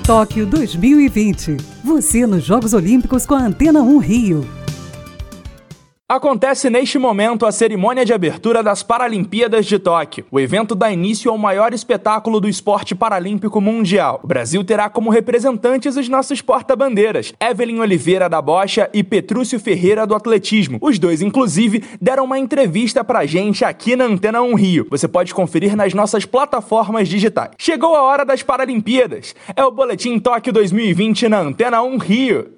Tóquio 2020. Você nos Jogos Olímpicos com a Antena 1 Rio. Acontece neste momento a cerimônia de abertura das Paralimpíadas de Tóquio. O evento dá início ao maior espetáculo do esporte paralímpico mundial. O Brasil terá como representantes os nossos porta-bandeiras, Evelyn Oliveira da bocha e Petrúcio Ferreira do atletismo. Os dois, inclusive, deram uma entrevista pra gente aqui na Antena 1 Rio. Você pode conferir nas nossas plataformas digitais. Chegou a hora das Paralimpíadas. É o Boletim Tóquio 2020 na Antena 1 Rio.